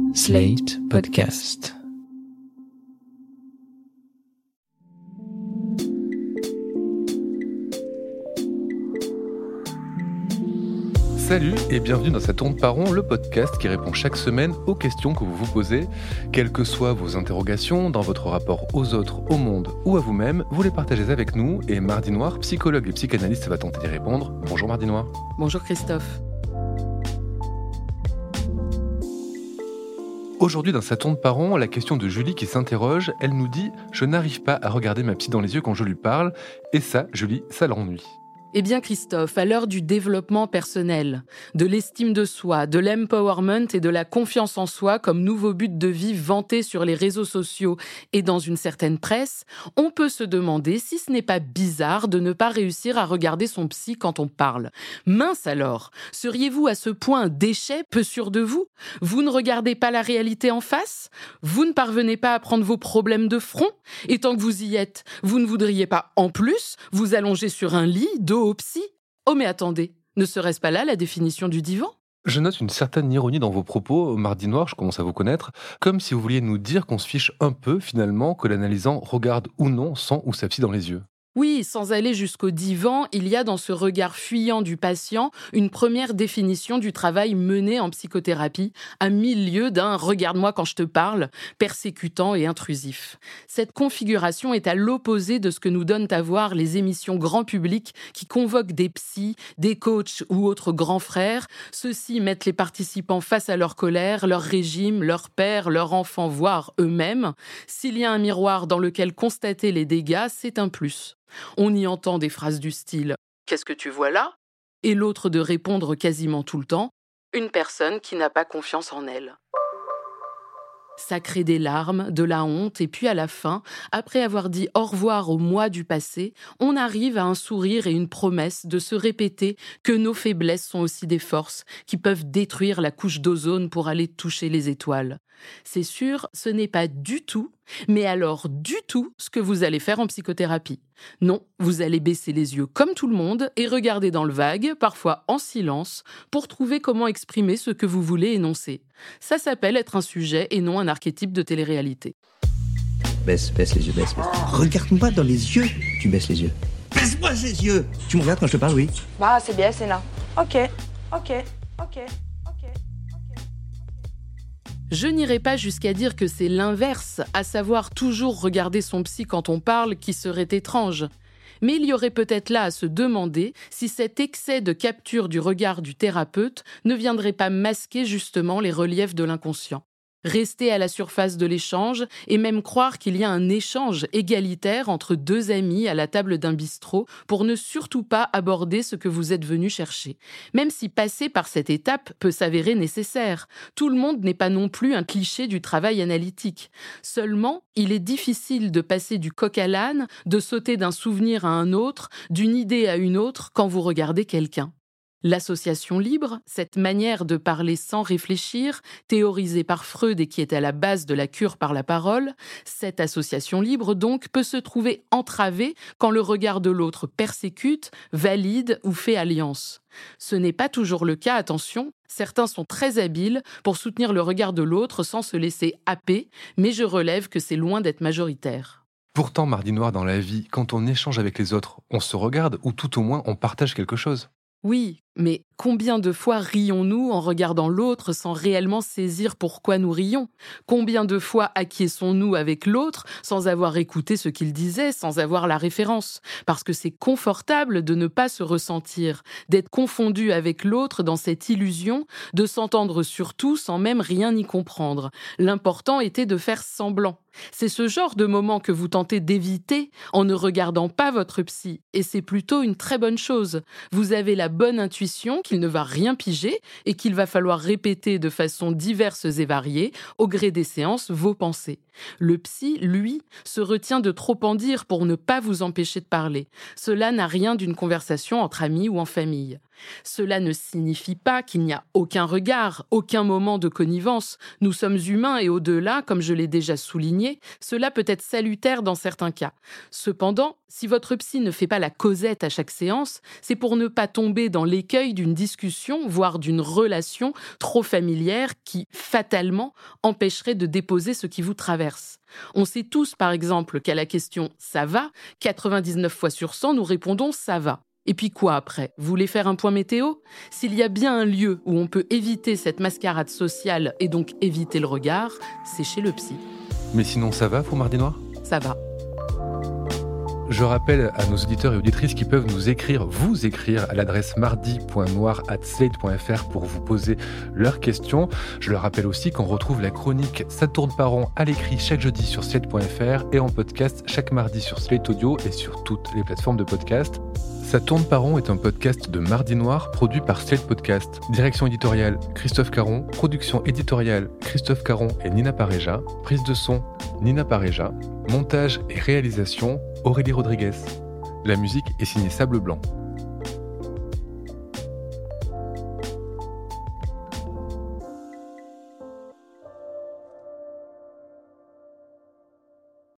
Slate Podcast. Salut et bienvenue dans Ça tourne pas rond, le podcast qui répond chaque semaine aux questions que vous vous posez. Quelles que soient vos interrogations dans votre rapport aux autres, au monde ou à vous-même, vous les partagez avec nous et Mardi Noir, psychologue et psychanalyste, va tenter d'y répondre. Bonjour Mardi Noir. Bonjour Christophe. Aujourd'hui dans Ça tourne pas rond, la question de Julie qui s'interroge, elle nous dit « Je n'arrive pas à regarder ma psy dans les yeux quand je lui parle » et ça, Julie, ça l'ennuie. Eh bien Christophe, à l'heure du développement personnel, de l'estime de soi, de l'empowerment et de la confiance en soi comme nouveau but de vie vanté sur les réseaux sociaux et dans une certaine presse, on peut se demander si ce n'est pas bizarre de ne pas réussir à regarder son psy quand on parle. Mince alors, seriez-vous à ce point un déchet peu sûr de vous ? Vous ne regardez pas la réalité en face ? Vous ne parvenez pas à prendre vos problèmes de front ? Et tant que vous y êtes, vous ne voudriez pas en plus vous allonger sur un lit, dos au psy ? Oh mais attendez, ne serait-ce pas là la définition du divan ? Je note une certaine ironie dans vos propos, Mardi Noir, je commence à vous connaître, comme si vous vouliez nous dire qu'on se fiche un peu, finalement, que l'analysant regarde ou non son ou sa psy dans les yeux. Oui, sans aller jusqu'au divan, il y a dans ce regard fuyant du patient une première définition du travail mené en psychothérapie, à 1000 lieues d'un « regarde-moi quand je te parle » persécutant et intrusif. Cette configuration est à l'opposé de ce que nous donnent à voir les émissions grand public qui convoquent des psys, des coachs ou autres grands frères. Ceux-ci mettent les participants face à leur colère, leur régime, leur père, leur enfant, voire eux-mêmes. S'il y a un miroir dans lequel constater les dégâts, c'est un plus. On y entend des phrases du style « Qu'est-ce que tu vois là ?» et l'autre de répondre quasiment tout le temps « Une personne qui n'a pas confiance en elle ». Ça crée des larmes, de la honte, et puis à la fin, après avoir dit au revoir au moi du passé, on arrive à un sourire et une promesse de se répéter que nos faiblesses sont aussi des forces qui peuvent détruire la couche d'ozone pour aller toucher les étoiles. C'est sûr, ce n'est pas du tout, mais alors du tout, ce que vous allez faire en psychothérapie. Non, vous allez baisser les yeux comme tout le monde et regarder dans le vague, parfois en silence, pour trouver comment exprimer ce que vous voulez énoncer. Ça s'appelle être un sujet et non un archétype de télé-réalité. Baisse les yeux, baisse. Regarde-moi dans les yeux. Tu baisses les yeux. Baisse-moi les yeux. Tu me regardes quand je te parle, oui. Bah, c'est bien, c'est là. Ok. Je n'irai pas jusqu'à dire que c'est l'inverse, à savoir toujours regarder son psy quand on parle, qui serait étrange. Mais il y aurait peut-être là à se demander si cet excès de capture du regard du thérapeute ne viendrait pas masquer justement les reliefs de l'inconscient. Rester à la surface de l'échange et même croire qu'il y a un échange égalitaire entre deux amis à la table d'un bistrot pour ne surtout pas aborder ce que vous êtes venu chercher. Même si passer par cette étape peut s'avérer nécessaire. Tout le monde n'est pas non plus un cliché du travail analytique. Seulement, il est difficile de passer du coq à l'âne, de sauter d'un souvenir à un autre, d'une idée à une autre quand vous regardez quelqu'un. L'association libre, cette manière de parler sans réfléchir, théorisée par Freud et qui est à la base de la cure par la parole, cette association libre donc peut se trouver entravée quand le regard de l'autre persécute, valide ou fait alliance. Ce n'est pas toujours le cas, attention, certains sont très habiles pour soutenir le regard de l'autre sans se laisser happer, mais je relève que c'est loin d'être majoritaire. Pourtant, Mardi Noir, dans la vie, quand on échange avec les autres, on se regarde ou tout au moins on partage quelque chose. Oui, mais combien de fois rions-nous en regardant l'autre sans réellement saisir pourquoi nous rions ? Combien de fois acquiesçons-nous avec l'autre sans avoir écouté ce qu'il disait, sans avoir la référence ? Parce que c'est confortable de ne pas se ressentir, d'être confondu avec l'autre dans cette illusion, de s'entendre sur tout sans même rien y comprendre. L'important était de faire semblant. C'est ce genre de moment que vous tentez d'éviter en ne regardant pas votre psy. Et c'est plutôt une très bonne chose. Vous avez la bonne intuition qu'il ne va rien piger et qu'il va falloir répéter de façon diverses et variées, au gré des séances, vos pensées. Le psy, lui, se retient de trop en dire pour ne pas vous empêcher de parler. Cela n'a rien d'une conversation entre amis ou en famille. Cela ne signifie pas qu'il n'y a aucun regard, aucun moment de connivence. Nous sommes humains et au-delà, comme je l'ai déjà souligné, cela peut être salutaire dans certains cas. Cependant, si votre psy ne fait pas la causette à chaque séance, c'est pour ne pas tomber dans l'écueil d'une discussion, voire d'une relation trop familière qui, fatalement, empêcherait de déposer ce qui vous traverse. On sait tous, par exemple, qu'à la question « ça va ?», 99 fois sur 100, nous répondons « ça va ». Et puis quoi après ? Vous voulez faire un point météo ? S'il y a bien un lieu où on peut éviter cette mascarade sociale et donc éviter le regard, c'est chez le psy. Mais sinon, ça va pour Mardi Noir ? Ça va. Je rappelle à nos auditeurs et auditrices qui peuvent vous écrire à l'adresse mardi.noir@slate.fr pour vous poser leurs questions. Je leur rappelle aussi qu'on retrouve la chronique Ça tourne par rond à l'écrit chaque jeudi sur slate.fr et en podcast chaque mardi sur Slate Audio et sur toutes les plateformes de podcast. Ça tourne par rond est un podcast de Mardi Noir produit par Slate Podcast. Direction éditoriale Christophe Caron, production éditoriale Christophe Caron et Nina Pareja, prise de son Nina Pareja, montage et réalisation Aurélie Rodriguez. La musique est signée Sable Blanc.